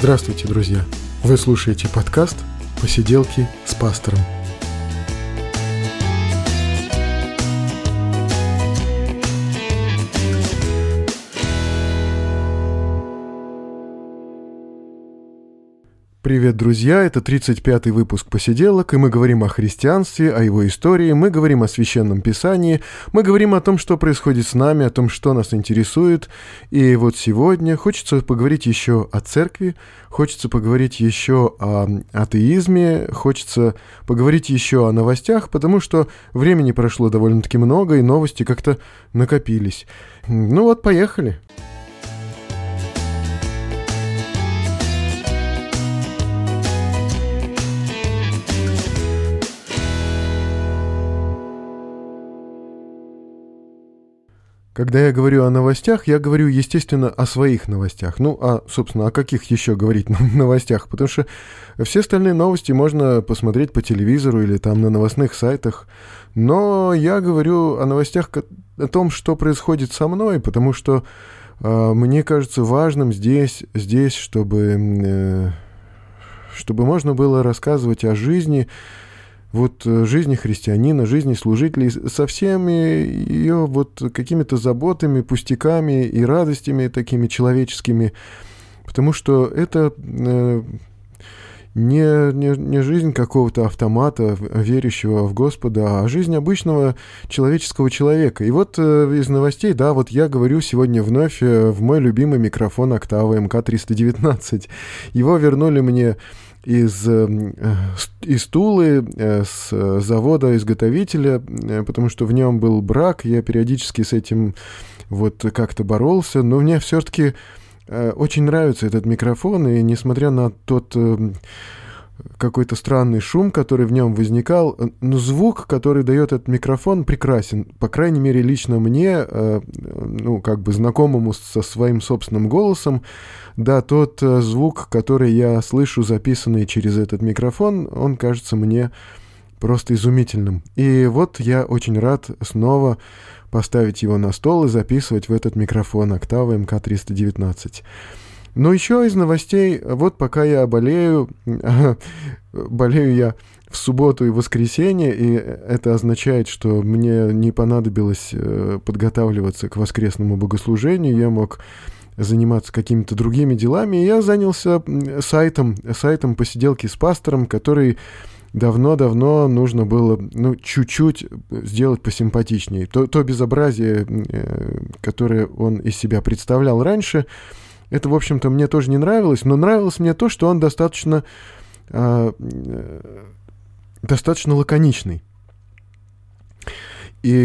Здравствуйте, друзья! Вы слушаете подкаст «Посиделки с пастором». Привет, друзья! Это 35-й выпуск «Посиделок», и мы говорим о христианстве, о его истории, мы говорим о Священном Писании, мы говорим о том, что происходит с нами, о том, что нас интересует. И вот сегодня хочется поговорить еще о церкви, хочется поговорить еще о атеизме, хочется поговорить еще о новостях, потому что времени прошло довольно-таки много, и новости как-то накопились. Ну вот, поехали! Когда я говорю о новостях, я говорю, естественно, о своих новостях. Собственно, о каких еще говорить новостях? Потому что все остальные новости можно посмотреть по телевизору или там на новостных сайтах. Но я говорю о новостях, о том, что происходит со мной, потому что мне кажется важным здесь, чтобы можно было рассказывать о жизни, жизни христианина, жизни служителей, со всеми ее какими-то заботами, пустяками и радостями такими человеческими, потому что это не жизнь какого-то автомата, верящего в Господа, а жизнь обычного человеческого человека. И из новостей, я говорю сегодня вновь в мой любимый микрофон Octavo MK319. Его вернули мне из Тулы, с завода-изготовителя, потому что в нем был брак, я периодически с этим как-то боролся, но мне все-таки очень нравится этот микрофон, и несмотря на тот какой-то странный шум, который в нем возникал, но звук, который дает этот микрофон, прекрасен. По крайней мере, лично мне, знакомому со своим собственным голосом, тот звук, который я слышу, записанный через этот микрофон, он кажется мне просто изумительным. И я очень рад снова поставить его на стол и записывать в этот микрофон Octavo MK319. Но еще из новостей, пока я болею я в субботу и воскресенье, и это означает, что мне не понадобилось подготавливаться к воскресному богослужению, я мог заниматься какими-то другими делами, и я занялся сайтом «Посиделки с пастором», который давно нужно было чуть-чуть сделать посимпатичнее. То безобразие, которое он из себя представлял раньше, это, в общем-то, мне тоже не нравилось, но нравилось мне то, что он достаточно лаконичный. И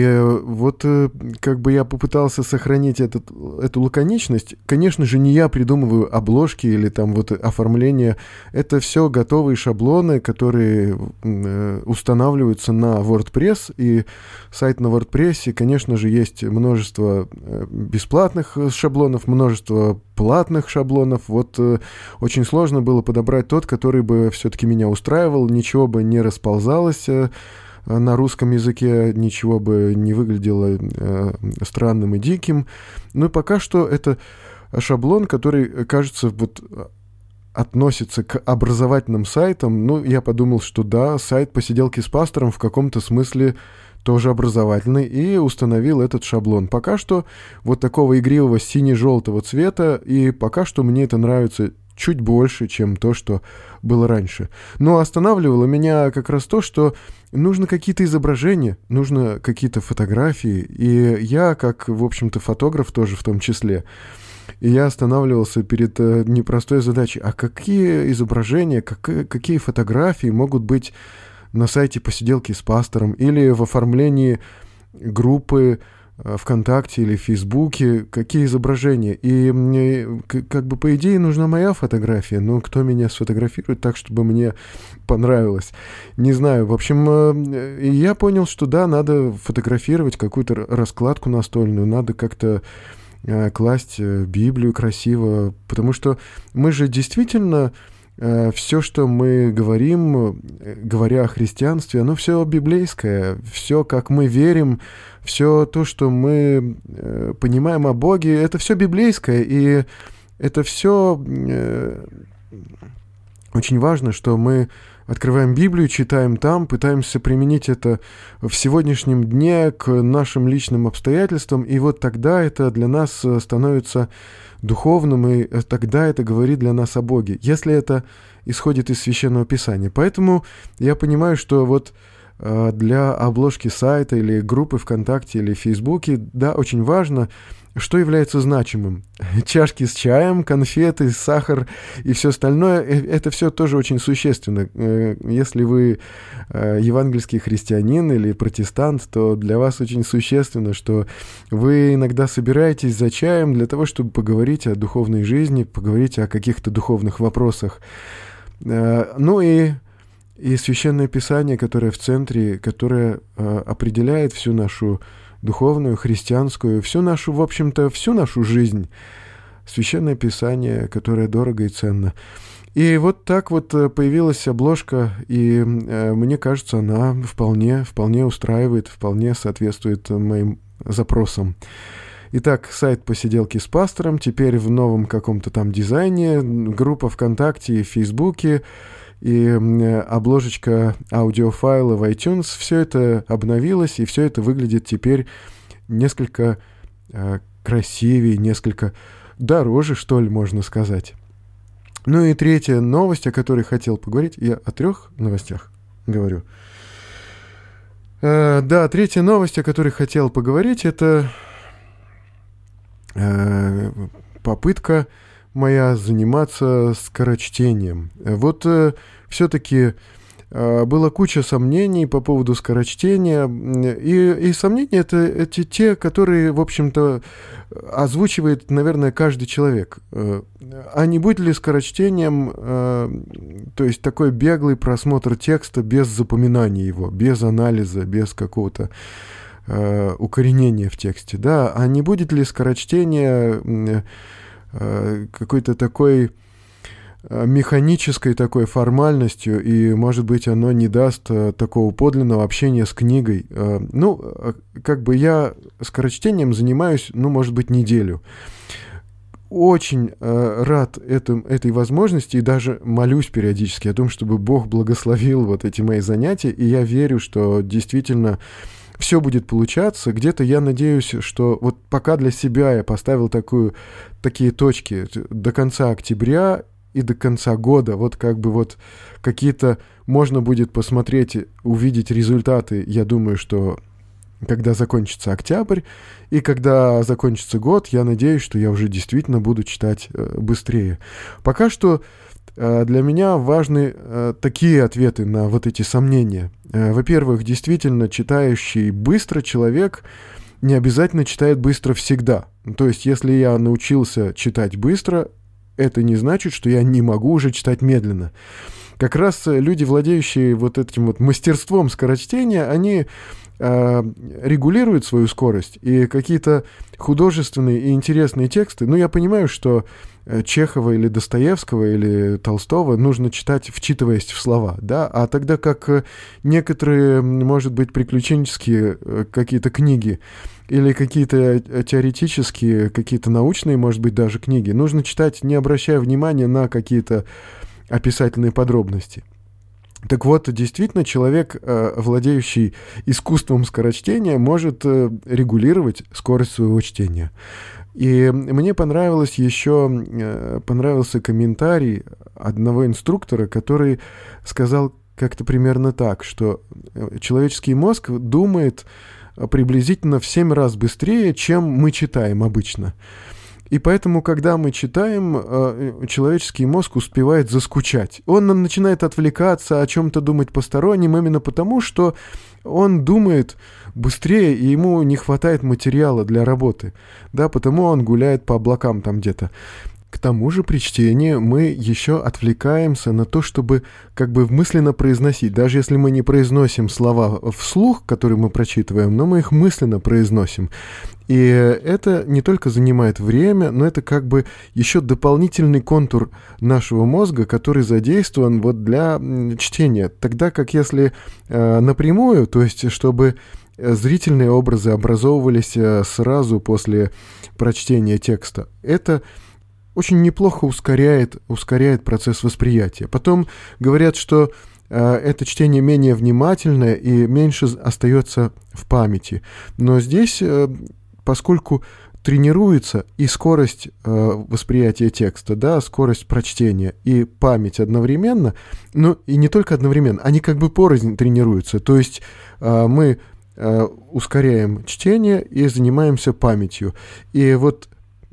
я попытался сохранить эту лаконичность. Конечно же, не я придумываю обложки или оформление. Это все готовые шаблоны, которые устанавливаются на WordPress. И сайт на WordPress, конечно же, есть множество бесплатных шаблонов, множество платных шаблонов. Очень сложно было подобрать тот, который бы все-таки меня устраивал, ничего бы не расползалось на русском языке, ничего бы не выглядело странным и диким. Но пока что это шаблон, который, кажется, относится к образовательным сайтам. Я подумал, что сайт «Посиделки с пастором» в каком-то смысле тоже образовательный, и установил этот шаблон. Пока что такого игривого сине-желтого цвета, и пока что мне это нравится чуть больше, чем то, что было раньше. Но останавливало меня как раз то, что нужно какие-то изображения, нужно какие-то фотографии, и я, как, в общем-то, фотограф тоже в том числе, и я останавливался перед непростой задачей, а какие изображения, какие фотографии могут быть на сайте «Посиделки с пастором» или в оформлении группы ВКонтакте или в Фейсбуке, какие изображения. И мне, по идее, нужна моя фотография, но кто меня сфотографирует так, чтобы мне понравилось? Не знаю. В общем, я понял, что надо фотографировать какую-то раскладку настольную, надо как-то класть Библию красиво, потому что мы же действительно все, что мы говорим, говоря о христианстве, оно все библейское, все, как мы верим, все то, что мы понимаем о Боге, это все библейское, и это все очень важно, что мы открываем Библию, читаем там, пытаемся применить это в сегодняшнем дне к нашим личным обстоятельствам, и вот тогда это для нас становится духовным, и тогда это говорит для нас о Боге, если это исходит из Священного Писания. Поэтому я понимаю, что вот для обложки сайта или группы ВКонтакте или Фейсбуке, да, очень важно, что является значимым. Чашки с чаем, конфеты, сахар и все остальное, это все тоже очень существенно. Если вы евангельский христианин или протестант, то для вас очень существенно, что вы иногда собираетесь за чаем для того, чтобы поговорить о духовной жизни, поговорить о каких-то духовных вопросах. Ну и Священное Писание, которое в центре, которое определяет всю нашу духовную, христианскую, всю нашу, в общем-то, всю нашу жизнь. Священное Писание, которое дорого и ценно. И вот так вот появилась обложка, и мне кажется, она вполне устраивает, вполне соответствует моим запросам. Итак, сайт «Посиделки с пастором», теперь в новом каком-то там дизайне, группа ВКонтакте и в Фейсбуке, и обложечка аудиофайла в iTunes, все это обновилось, и все это выглядит теперь несколько красивее, несколько дороже, что ли, можно сказать. Ну и третья новость, о которой хотел поговорить, я о 3 новостях говорю. Да, третья новость, о которой хотел поговорить, это попытка моя заниматься скорочтением. Вот все-таки было куча сомнений по поводу скорочтения, и сомнения это те, которые, в общем-то, озвучивает, наверное, каждый человек. А не будет ли скорочтением, то есть такой беглый просмотр текста без запоминания его, без анализа, без какого-то укоренения в тексте, да? А не будет ли скорочтение какой-то такой механической такой формальностью, и, может быть, оно не даст такого подлинного общения с книгой. Ну, как бы я скорочтением занимаюсь, ну, может быть, неделю. Очень рад этой возможности и даже молюсь периодически о том, чтобы Бог благословил вот эти мои занятия, и я верю, что действительно все будет получаться. Где-то я надеюсь, что вот пока для себя я поставил такие точки до конца октября и до конца года, вот как бы вот какие-то можно будет посмотреть, увидеть результаты, я думаю, что когда закончится октябрь и когда закончится год, я надеюсь, что я уже действительно буду читать быстрее. Пока что для меня важны такие ответы на вот эти сомнения. Во-первых, действительно, читающий быстро человек не обязательно читает быстро всегда. То есть, если я научился читать быстро, это не значит, что я не могу уже читать медленно. Как раз люди, владеющие вот этим вот мастерством скорочтения, они регулируют свою скорость, и какие-то художественные и интересные тексты, ну, я понимаю, что Чехова или Достоевского или Толстого нужно читать, вчитываясь в слова, да, а тогда как некоторые, может быть, приключенческие какие-то книги или какие-то теоретические, какие-то научные, может быть, даже книги, нужно читать, не обращая внимания на какие-то описательные подробности. Так вот, действительно, человек, владеющий искусством скорочтения, может регулировать скорость своего чтения. И мне понравился комментарий одного инструктора, который сказал как-то примерно так, что человеческий мозг думает приблизительно в 7 раз быстрее, чем мы читаем обычно. И поэтому, когда мы читаем, человеческий мозг успевает заскучать. Он начинает отвлекаться, о чем-то думать посторонним, именно потому, что он думает быстрее, и ему не хватает материала для работы. Да, потому он гуляет по облакам там где-то. К тому же при чтении мы еще отвлекаемся на то, чтобы как бы мысленно произносить. Даже если мы не произносим слова вслух, которые мы прочитываем, но мы их мысленно произносим. И это не только занимает время, но это как бы еще дополнительный контур нашего мозга, который задействован вот для чтения. Тогда как если напрямую, то есть чтобы зрительные образы образовывались сразу после прочтения текста, это очень неплохо ускоряет процесс восприятия. Потом говорят, что это чтение менее внимательное и меньше остается в памяти. Но здесь, поскольку тренируется и скорость восприятия текста, да, скорость прочтения и память одновременно, ну и не только одновременно, они как бы порознь тренируются. То есть мы ускоряем чтение и занимаемся памятью. И вот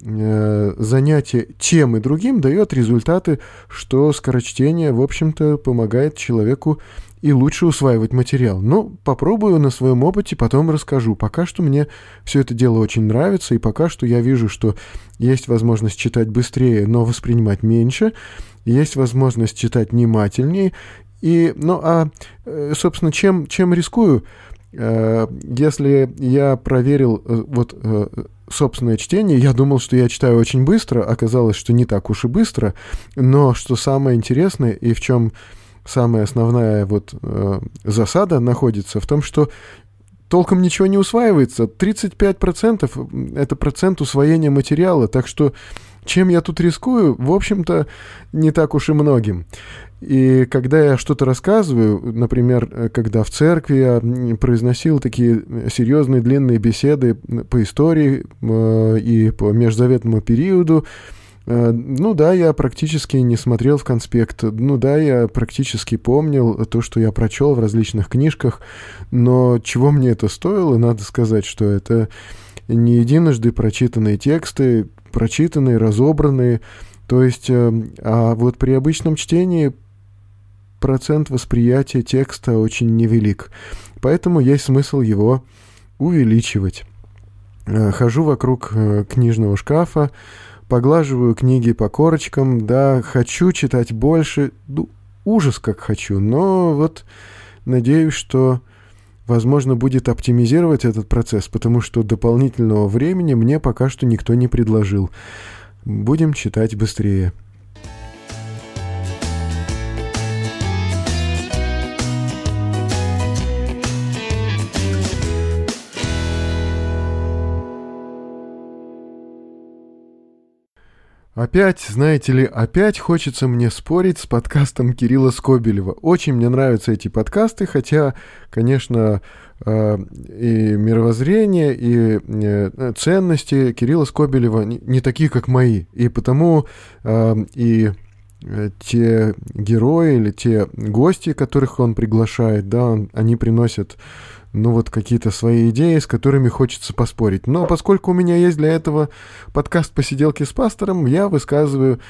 занятие тем и другим дает результаты, что скорочтение, в общем-то, помогает человеку и лучше усваивать материал. Но попробую на своем опыте, потом расскажу. Пока что мне все это дело очень нравится, и пока что я вижу, что есть возможность читать быстрее, но воспринимать меньше, есть возможность читать внимательнее. И, собственно, чем рискую? Если я проверил собственное чтение, я думал, что я читаю очень быстро, оказалось, что не так уж и быстро, но что самое интересное и в чем самая основная засада находится в том, что толком ничего не усваивается. 35% это процент усвоения материала, так что чем я тут рискую, в общем-то, не так уж и многим. И когда я что-то рассказываю, например, когда в церкви я произносил такие серьезные длинные беседы по истории и по межзаветному периоду, я практически не смотрел в конспект, я практически помнил то, что я прочел в различных книжках, но чего мне это стоило, надо сказать, что это не единожды прочитанные тексты, прочитанные, разобранные, то есть, при обычном чтении процент восприятия текста очень невелик, поэтому есть смысл его увеличивать. Хожу вокруг книжного шкафа, поглаживаю книги по корочкам, да, хочу читать больше, ужас как хочу, но надеюсь, что возможно будет оптимизировать этот процесс, потому что дополнительного времени мне пока что никто не предложил. Будем читать быстрее. Опять, знаете ли, хочется мне спорить с подкастом Кирилла Скобелева. Очень мне нравятся эти подкасты, хотя, конечно, и мировоззрение, и ценности Кирилла Скобелева не такие, как мои. И потому и те герои или те гости, которых он приглашает, да, они приносят какие-то свои идеи, с которыми хочется поспорить. Но поскольку у меня есть для этого подкаст «Посиделки с пастором», я высказываю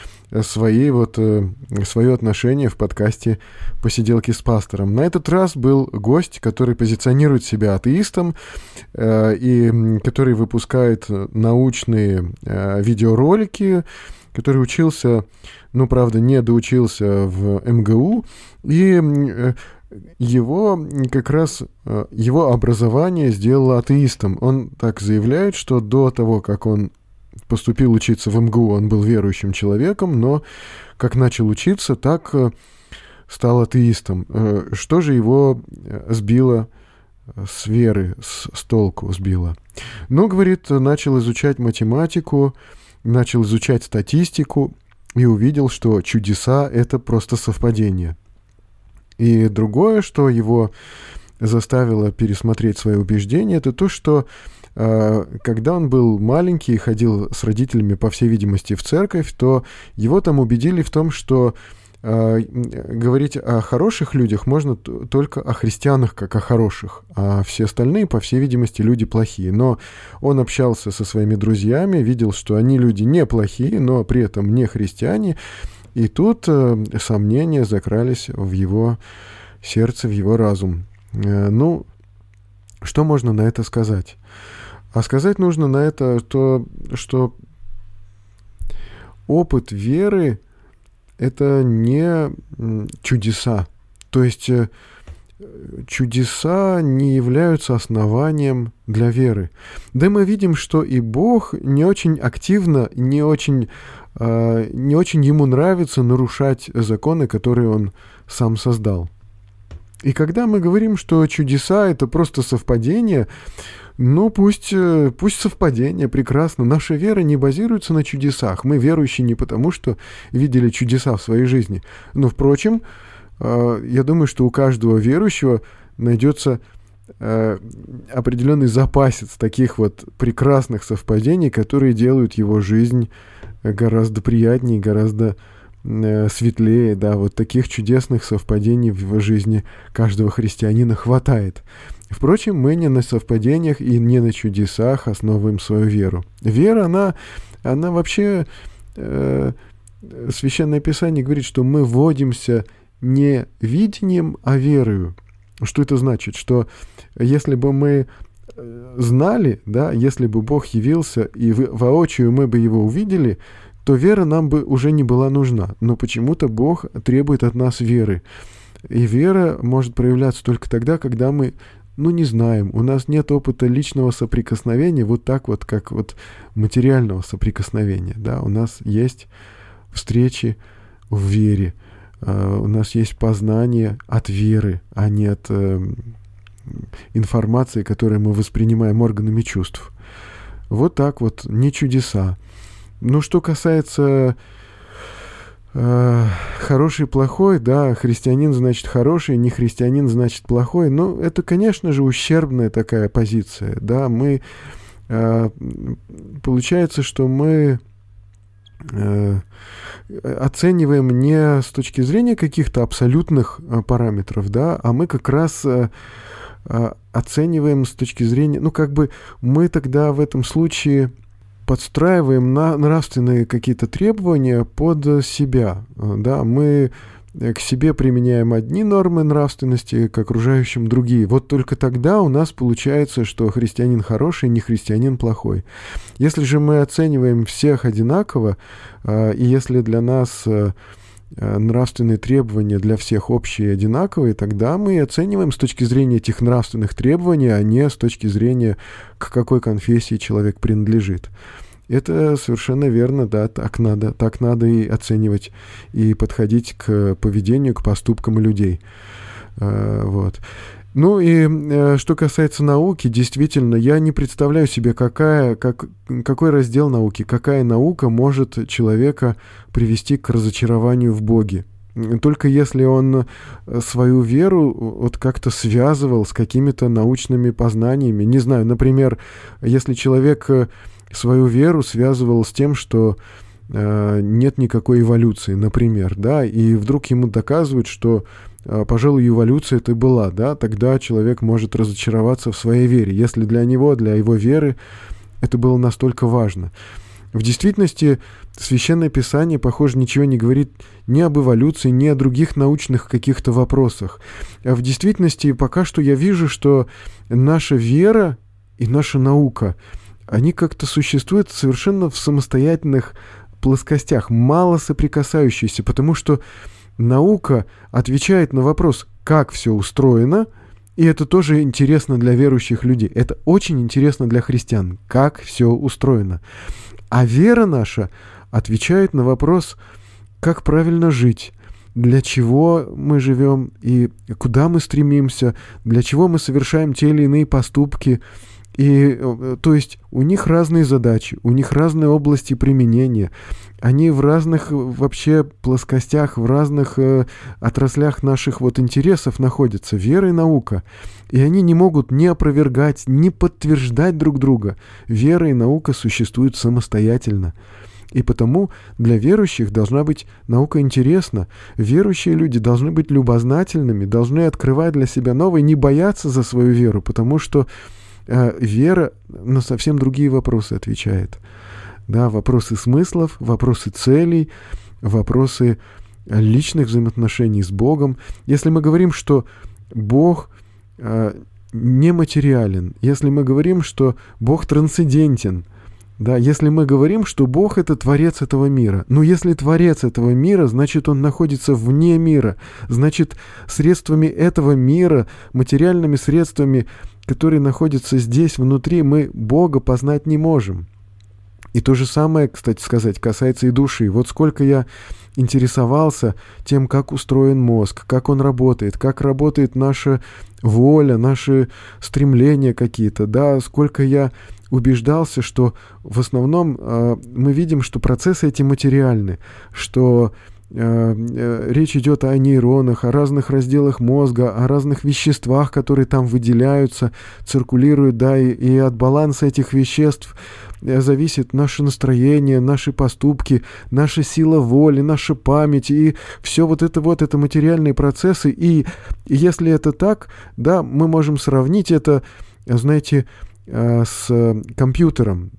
свое отношение в подкасте «Посиделки с пастором». На этот раз был гость, который позиционирует себя атеистом и который выпускает научные видеоролики, который учился, правда, не доучился в МГУ, и его образование сделало атеистом. Он так заявляет, что до того, как он поступил учиться в МГУ, он был верующим человеком, но как начал учиться, так стал атеистом. Что же его сбило с веры, с толку сбило? Говорит, начал изучать математику, начал изучать статистику и увидел, что чудеса — это просто совпадение. И другое, что его заставило пересмотреть свои убеждения, это то, что когда он был маленький и ходил с родителями, по всей видимости, в церковь, то его там убедили в том, что говорить о хороших людях можно только о христианах как о хороших, а все остальные, по всей видимости, люди плохие. Но он общался со своими друзьями, видел, что они люди неплохие, но при этом не христиане, и тут сомнения закрались в его сердце, в его разум. Что можно на это сказать? А сказать нужно на это то, что опыт веры — это не чудеса. То есть чудеса не являются основанием для веры. Да мы видим, что и Бог не очень активно, не очень ему нравится нарушать законы, которые он сам создал. И когда мы говорим, что чудеса — это просто совпадение, ну пусть совпадение, прекрасно. Наша вера не базируется на чудесах. Мы верующие не потому, что видели чудеса в своей жизни. Но, впрочем, я думаю, что у каждого верующего найдется определенный запасец таких вот прекрасных совпадений, которые делают его жизнь гораздо приятнее, гораздо светлее, да, вот таких чудесных совпадений в жизни каждого христианина хватает. Впрочем, мы не на совпадениях и не на чудесах основываем свою веру. Вера, она вообще, Священное Писание говорит, что мы водимся не видением, а верою. Что это значит? Что если бы мы знали, да, если бы Бог явился и воочию мы бы его увидели, то вера нам бы уже не была нужна. Но почему-то Бог требует от нас веры. И вера может проявляться только тогда, когда мы, не знаем, у нас нет опыта личного соприкосновения, вот так вот, как вот материального соприкосновения. Да? У нас есть встречи в вере, у нас есть познание от веры, а не от информации, которую мы воспринимаем органами чувств. Вот так вот, не чудеса. Ну, что касается хороший и плохой, да, христианин значит хороший, не христианин значит плохой, ну, это, конечно же, ущербная такая позиция, да, получается, что мы оцениваем не с точки зрения каких-то абсолютных параметров, да, а мы как раз оцениваем с точки зрения, мы тогда в этом случае подстраиваем нравственные какие-то требования под себя. Да? Мы к себе применяем одни нормы нравственности, к окружающим другие. Вот только тогда у нас получается, что христианин хороший, не христианин плохой. Если же мы оцениваем всех одинаково, и если для нас нравственные требования для всех общие и одинаковые, тогда мы оцениваем с точки зрения этих нравственных требований, а не с точки зрения, к какой конфессии человек принадлежит. Это совершенно верно, да, так надо и оценивать, и подходить к поведению, к поступкам людей. Вот. Ну и что касается науки, действительно, я не представляю себе, какой раздел науки, какая наука может человека привести к разочарованию в Боге. Только если он свою веру вот как-то связывал с какими-то научными познаниями. Не знаю, например, если человек свою веру связывал с тем, что нет никакой эволюции, например, да, и вдруг ему доказывают, что, пожалуй, эволюция это была, да, тогда человек может разочароваться в своей вере, если для его веры это было настолько важно. В действительности Священное Писание, похоже, ничего не говорит ни об эволюции, ни о других научных каких-то вопросах. А в действительности пока что я вижу, что наша вера и наша наука, они как-то существуют совершенно в самостоятельных плоскостях, мало соприкасающиеся, потому что наука отвечает на вопрос, как все устроено, и это тоже интересно для верующих людей. Это очень интересно для христиан, как все устроено. А вера наша отвечает на вопрос, как правильно жить, для чего мы живем и куда мы стремимся, для чего мы совершаем те или иные поступки. И, то есть, у них разные задачи, у них разные области применения. Они в разных вообще плоскостях, в разных отраслях наших вот интересов находятся, вера и наука. И они не могут ни опровергать, ни подтверждать друг друга. Вера и наука существуют самостоятельно. И потому для верующих должна быть наука интересна. Верующие люди должны быть любознательными, должны открывать для себя новое, не бояться за свою веру, потому что вера на совсем другие вопросы отвечает. Да, вопросы смыслов, вопросы целей, вопросы личных взаимоотношений с Богом. Если мы говорим, что Бог нематериален, если мы говорим, что Бог трансцендентен, да, если мы говорим, что Бог — это Творец этого мира, но если Творец этого мира, значит, Он находится вне мира, значит, средствами этого мира, материальными средствами, которые находятся здесь, внутри, мы Бога познать не можем. И то же самое, кстати сказать, касается и души. Вот сколько я интересовался тем, как устроен мозг, как он работает, как работает наша воля, наши стремления какие-то, да, сколько я убеждался, что в основном мы видим, что процессы эти материальны, что речь идет о нейронах, о разных разделах мозга, о разных веществах, которые там выделяются, циркулируют, да, и от баланса этих веществ зависит наше настроение, наши поступки, наша сила воли, наша память, и все вот это материальные процессы, и если это так, да, мы можем сравнить это, знаете, с компьютером.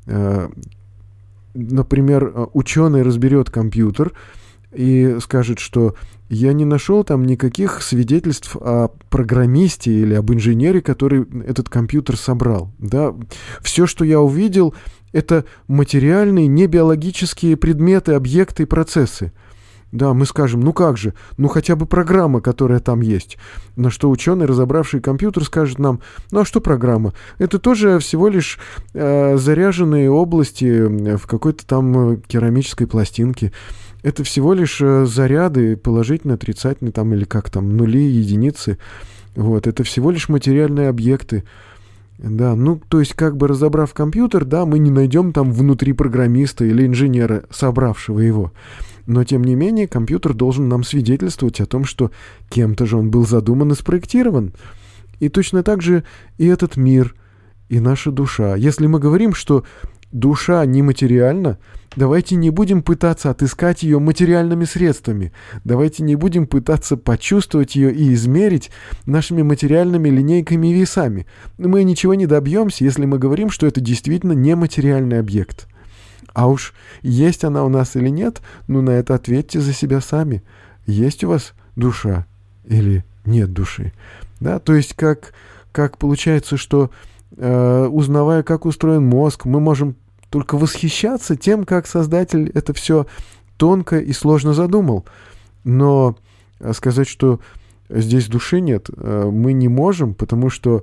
Например, ученый разберет компьютер и скажет, что я не нашел там никаких свидетельств о программисте или об инженере, который этот компьютер собрал. Да? Все, что я увидел, это материальные, не биологические предметы, объекты и процессы. Да, мы скажем, ну как же, ну хотя бы программа, которая там есть. На что ученый, разобравший компьютер, скажет нам, ну а что программа? Это тоже всего лишь заряженные области в какой-то там керамической пластинке. Это всего лишь заряды, положительные, отрицательные, там, или как там, нули, единицы. Вот, это всего лишь материальные объекты. Да, ну, то есть, как бы разобрав компьютер, да, мы не найдем там внутри программиста или инженера, собравшего его. Но, тем не менее, компьютер должен нам свидетельствовать о том, что кем-то же он был задуман и спроектирован. И точно так же и этот мир, и наша душа. Если мы говорим, что душа нематериальна, давайте не будем пытаться отыскать ее материальными средствами. Давайте не будем пытаться почувствовать ее и измерить нашими материальными линейками и весами. Мы ничего не добьемся, если мы говорим, что это действительно нематериальный объект. А уж есть она у нас или нет, ну на это ответьте за себя сами. Есть у вас душа или нет души? Да, то есть как получается, что узнавая, как устроен мозг, мы можем только восхищаться тем, как Создатель это все тонко и сложно задумал. Но сказать, что здесь души нет, мы не можем, потому что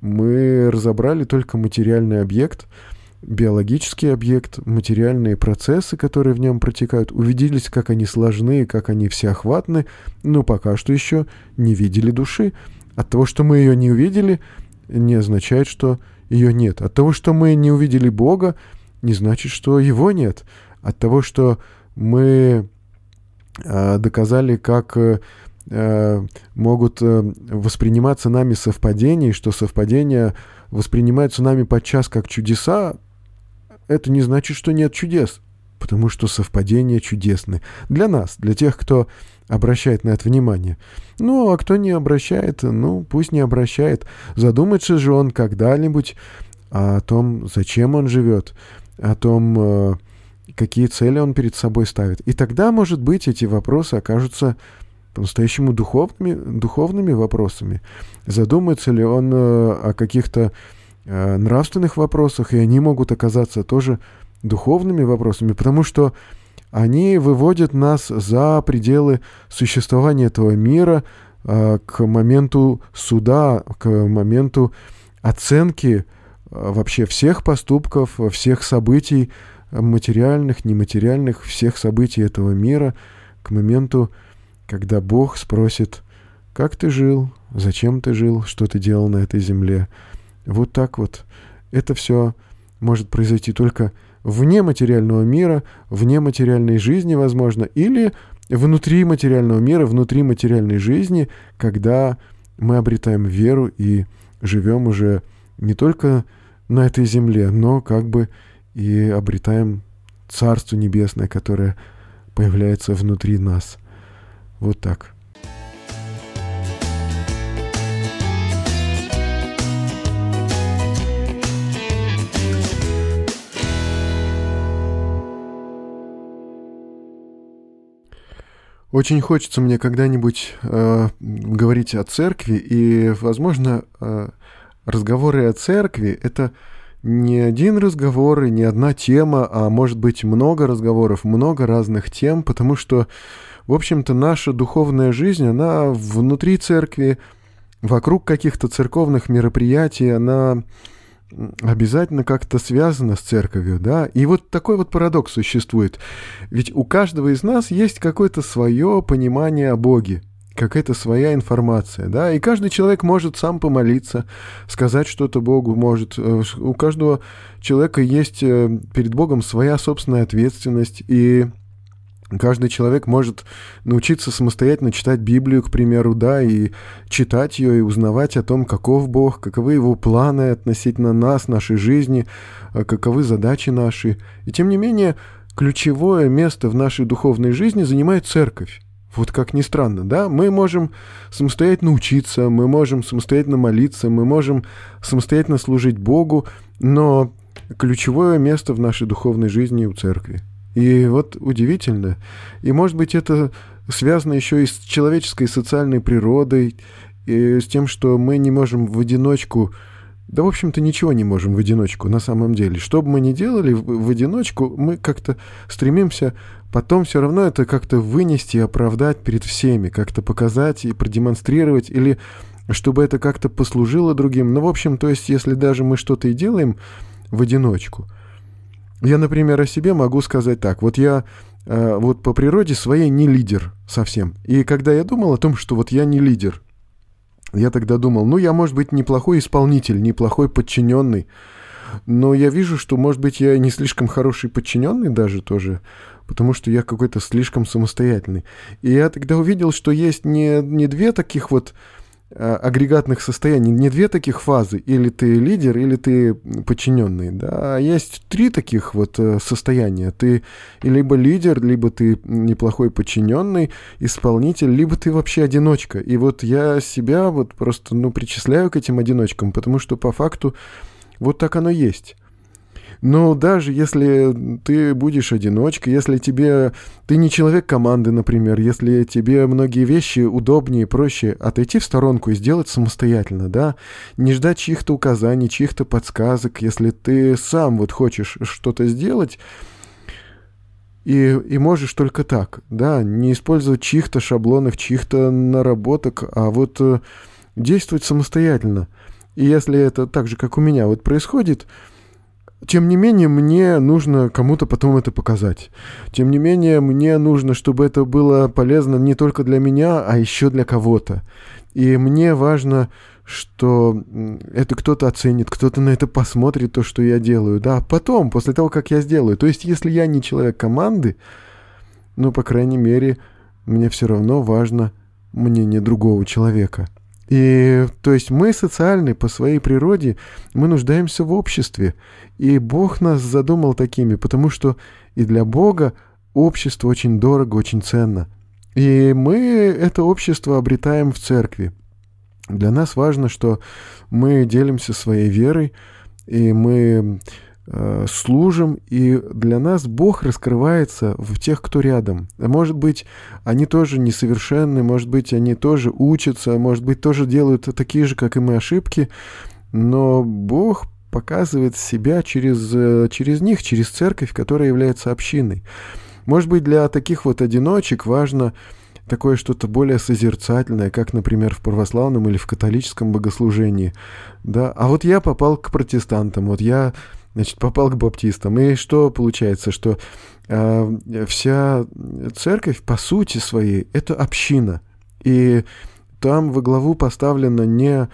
мы разобрали только материальный объект, биологический объект, материальные процессы, которые в нем протекают, увиделись, как они сложны, как они всеохватны, но пока что еще не видели души. От того, что мы ее не увидели, не означает, что ее нет. От того, что мы не увидели Бога, не значит, что его нет. От того, что мы доказали, как могут восприниматься нами совпадения, и что совпадения воспринимаются нами подчас как чудеса, это не значит, что нет чудес, потому что совпадения чудесны. Для нас, для тех, кто обращает на это внимание. Ну, а кто не обращает, ну, пусть не обращает. Задумается же он когда-нибудь о том, зачем он живет, о том, какие цели он перед собой ставит. И тогда, может быть, эти вопросы окажутся по-настоящему духовными вопросами. Задумается ли он о каких-то нравственных вопросах, и они могут оказаться тоже духовными вопросами, потому что они выводят нас за пределы существования этого мира к моменту суда, к моменту оценки вообще всех поступков, всех событий, материальных, нематериальных, всех событий этого мира, к моменту, когда Бог спросит, как ты жил, зачем ты жил, что ты делал на этой земле. Вот так вот. Это все может произойти только вне материального мира, вне материальной жизни, возможно, или внутри материального мира, внутри материальной жизни, когда мы обретаем веру и живем уже не только на этой земле, но как бы и обретаем Царство Небесное, которое появляется внутри нас. Вот так. Очень хочется мне когда-нибудь говорить о церкви, и, возможно, разговоры о церкви — это не один разговор и не одна тема, а может быть много разговоров, много разных тем, потому что, в общем-то, наша духовная жизнь, она внутри церкви, вокруг каких-то церковных мероприятий, она обязательно как-то связано с церковью, да. И вот такой вот парадокс существует. Ведь у каждого из нас есть какое-то свое понимание о Боге, какая-то своя информация, да, и каждый человек может сам помолиться, сказать что-то Богу может. У каждого человека есть перед Богом своя собственная ответственность, и каждый человек может научиться самостоятельно читать Библию, к примеру, да, и читать ее, и узнавать о том, каков Бог, каковы его планы относительно нас, нашей жизни, каковы задачи наши. И тем не менее, ключевое место в нашей духовной жизни занимает церковь. Вот как ни странно, да, мы можем самостоятельно учиться, мы можем самостоятельно молиться, мы можем самостоятельно служить Богу, но ключевое место в нашей духовной жизни у церкви. И вот удивительно. И, может быть, это связано еще и с человеческой социальной природой, и с тем, что мы не можем в одиночку... Да, в общем-то, ничего не можем в одиночку на самом деле. Что бы мы ни делали в одиночку, мы как-то стремимся потом все равно это как-то вынести и оправдать перед всеми, как-то показать и продемонстрировать, или чтобы это как-то послужило другим. Ну, в общем, то есть, если даже мы что-то и делаем в одиночку... Я, например, о себе могу сказать так. Вот я вот по природе своей не лидер совсем. И когда я думал о том, что вот я не лидер, я тогда думал, ну, я, может быть, неплохой исполнитель, неплохой подчиненный, но я вижу, что, может быть, я не слишком хороший подчиненный даже тоже, потому что я какой-то слишком самостоятельный. И я тогда увидел, что есть не две таких вот агрегатных состояний, не две таких фазы, или ты лидер, или ты подчиненный, да, а есть три таких вот состояния. Ты либо лидер, либо ты неплохой подчиненный, исполнитель, либо ты вообще одиночка. И вот я себя вот просто, причисляю к этим одиночкам, потому что по факту вот так оно есть. Но даже если ты будешь одиночкой, если ты не человек команды, например, если тебе многие вещи удобнее, проще отойти в сторонку и сделать самостоятельно, да, не ждать чьих-то указаний, чьих-то подсказок, если ты сам вот хочешь что-то сделать, и можешь только так, да, не использовать чьих-то шаблонов, чьих-то наработок, а вот действовать самостоятельно. И если это так же, как у меня вот происходит, тем не менее, мне нужно кому-то потом это показать. Тем не менее, мне нужно, чтобы это было полезно не только для меня, а еще для кого-то. И мне важно, что это кто-то оценит, кто-то на это посмотрит, то, что я делаю. Да, потом, после того, как я сделаю. То есть, если я не человек команды, по крайней мере, мне все равно важно мнение другого человека. И, то есть, мы социальны по своей природе, мы нуждаемся в обществе. И Бог нас задумал такими, потому что и для Бога общество очень дорого, очень ценно. И мы это общество обретаем в церкви. Для нас важно, что мы делимся своей верой, и мы служим, и для нас Бог раскрывается в тех, кто рядом. Может быть, они тоже несовершенны, может быть, они тоже учатся, может быть, тоже делают такие же, как и мы, ошибки, но Бог показывает себя через них, через церковь, которая является общиной. Может быть, для таких вот одиночек важно такое что-то более созерцательное, как, например, в православном или в католическом богослужении. Да? А вот я попал к протестантам, вот я попал к баптистам. И что получается? Что вся церковь, по сути своей, это община. И там во главу поставлена не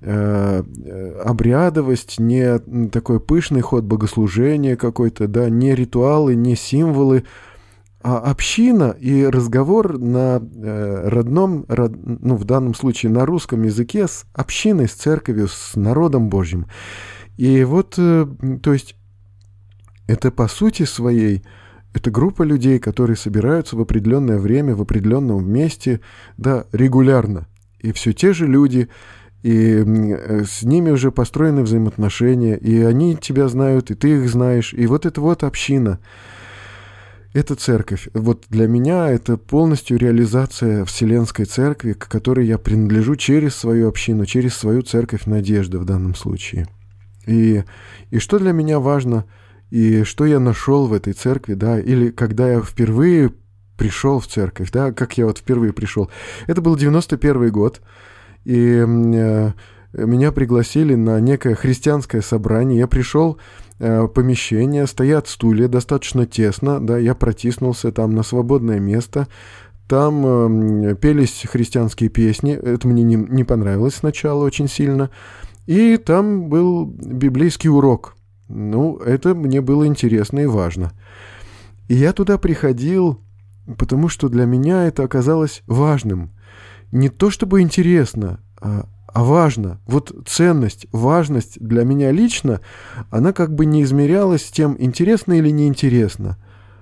обрядовость, не такой пышный ход богослужения какой-то, да, не ритуалы, не символы, а община и разговор на родном, в данном случае на русском языке, с общиной, с церковью, с народом Божьим. И вот, то есть, это по сути своей, это группа людей, которые собираются в определенное время, в определенном месте, да, регулярно. И все те же люди, и с ними уже построены взаимоотношения, и они тебя знают, и ты их знаешь, и вот это вот община. Это церковь. Вот для меня это полностью реализация Вселенской Церкви, к которой я принадлежу через свою общину, через свою церковь надежды в данном случае. И что для меня важно, и что я нашел в этой церкви, да, или когда я впервые пришел в церковь, да, как я вот впервые пришел. Это был 91 год, и меня пригласили на некое христианское собрание. Я пришел, помещение, стоят стулья, достаточно тесно, да, я протиснулся там на свободное место. Там пелись христианские песни, это мне не понравилось сначала очень сильно. И там был библейский урок. Ну, это мне было интересно и важно. И я туда приходил, потому что для меня это оказалось важным. Не то чтобы интересно, а важно. Вот ценность, важность для меня лично, она как бы не измерялась тем, интересно или неинтересно.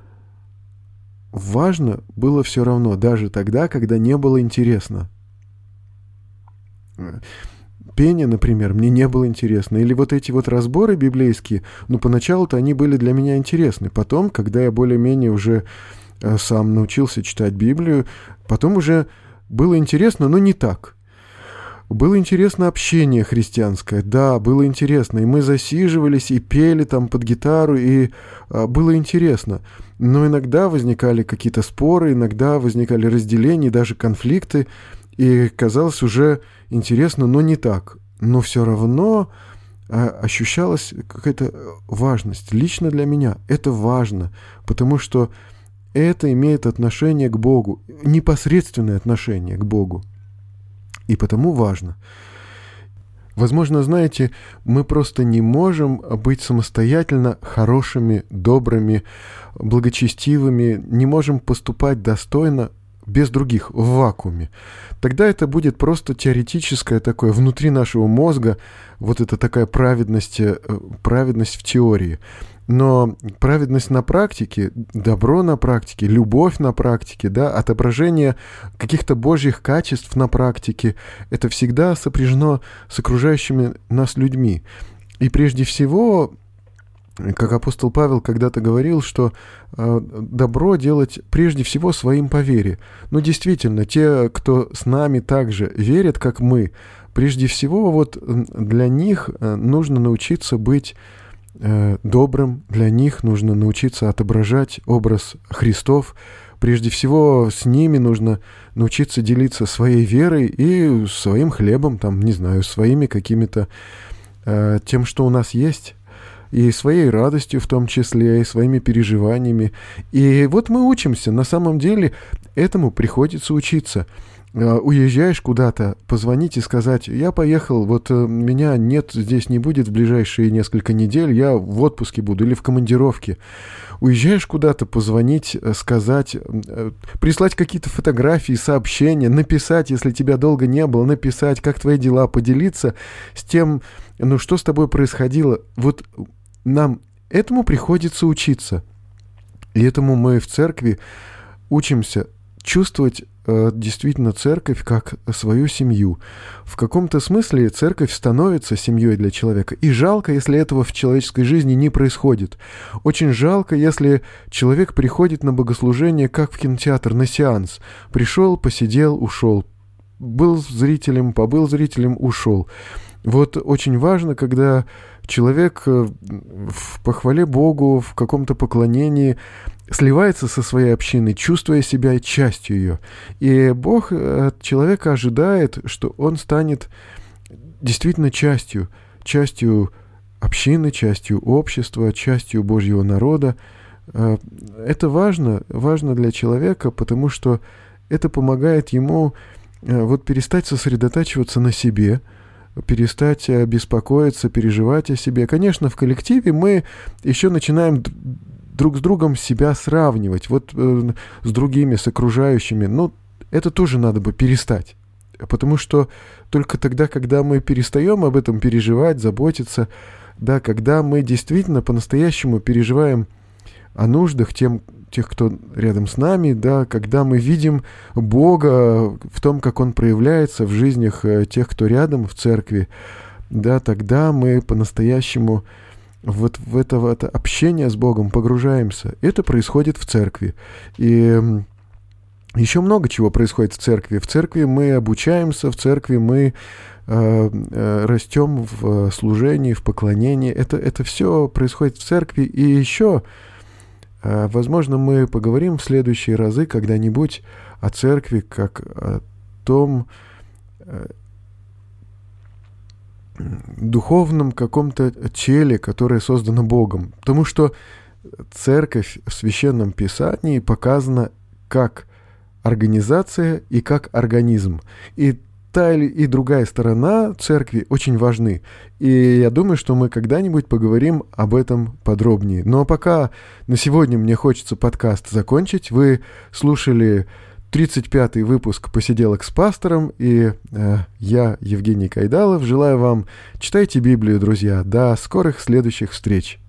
Важно было все равно, даже тогда, когда не было интересно. Пение, например, мне не было интересно. Или вот эти вот разборы библейские, ну, поначалу-то они были для меня интересны. Потом, когда я более-менее уже сам научился читать Библию, потом уже было интересно, но не так. Было интересно общение христианское, да, было интересно. И мы засиживались и пели там под гитару, и было интересно. Но иногда возникали какие-то споры, иногда возникали разделения, даже конфликты. И казалось уже интересно, но не так. Но все равно ощущалась какая-то важность. Лично для меня это важно, потому что это имеет отношение к Богу, непосредственное отношение к Богу. И потому важно. Возможно, знаете, мы просто не можем быть самостоятельно хорошими, добрыми, благочестивыми, не можем поступать достойно без других, в вакууме. Тогда это будет просто теоретическое такое, внутри нашего мозга, вот это такая праведность в теории. Но праведность на практике, добро на практике, любовь на практике, да, отображение каких-то божьих качеств на практике, это всегда сопряжено с окружающими нас людьми. И прежде всего, как апостол Павел когда-то говорил, что добро делать прежде всего своим по вере. Но действительно, те, кто с нами также верят, как мы, прежде всего вот для них нужно научиться быть добрым, для них нужно научиться отображать образ Христов. Прежде всего, с ними нужно научиться делиться своей верой и своим хлебом, там, не знаю, своими какими-то тем, что у нас есть, и своей радостью в том числе, и своими переживаниями. И вот мы учимся, на самом деле этому приходится учиться. Уезжаешь куда-то, позвонить и сказать: я поехал, вот меня нет, здесь не будет в ближайшие несколько недель, я в отпуске буду или в командировке. Уезжаешь куда-то, позвонить, сказать, прислать какие-то фотографии, сообщения, написать, если тебя долго не было, написать, как твои дела, поделиться с тем, ну что с тобой происходило. Вот нам этому приходится учиться. И этому мы в церкви учимся чувствовать действительно церковь как свою семью. В каком-то смысле церковь становится семьей для человека. И жалко, если этого в человеческой жизни не происходит. Очень жалко, если человек приходит на богослужение, как в кинотеатр, на сеанс. Пришел, посидел, ушел. Был зрителем, побыл зрителем, ушел. Вот очень важно, когда человек в похвале Богу, в каком-то поклонении сливается со своей общиной, чувствуя себя частью ее. И Бог от человека ожидает, что он станет действительно частью общины, частью общества, частью Божьего народа. Это важно для человека, потому что это помогает ему вот перестать сосредотачиваться на себе, перестать беспокоиться, переживать о себе. Конечно, в коллективе мы еще начинаем друг с другом себя сравнивать, вот с другими, с окружающими. Но это тоже надо бы перестать. Потому что только тогда, когда мы перестаем об этом переживать, заботиться, да, когда мы действительно по-настоящему переживаем о нуждах тех, кто рядом с нами, да, когда мы видим Бога в том, как Он проявляется в жизнях тех, кто рядом в церкви, да, тогда мы по-настоящему вот в это общение с Богом погружаемся. Это происходит в церкви. И еще много чего происходит в церкви. В церкви мы обучаемся, в церкви мы растем в служении, в поклонении. Это все происходит в церкви. И еще, возможно, мы поговорим в следующие разы когда-нибудь о церкви, как о том, духовном каком-то теле, которое создано Богом. Потому что церковь в Священном Писании показана как организация и как организм. И та и другая сторона церкви очень важны. И я думаю, что мы когда-нибудь поговорим об этом подробнее. Но пока на сегодня мне хочется подкаст закончить. Вы слушали 35-й выпуск «Посиделок с пастором», и я, Евгений Кайдалов, желаю вам читайте Библию, друзья. До скорых следующих встреч.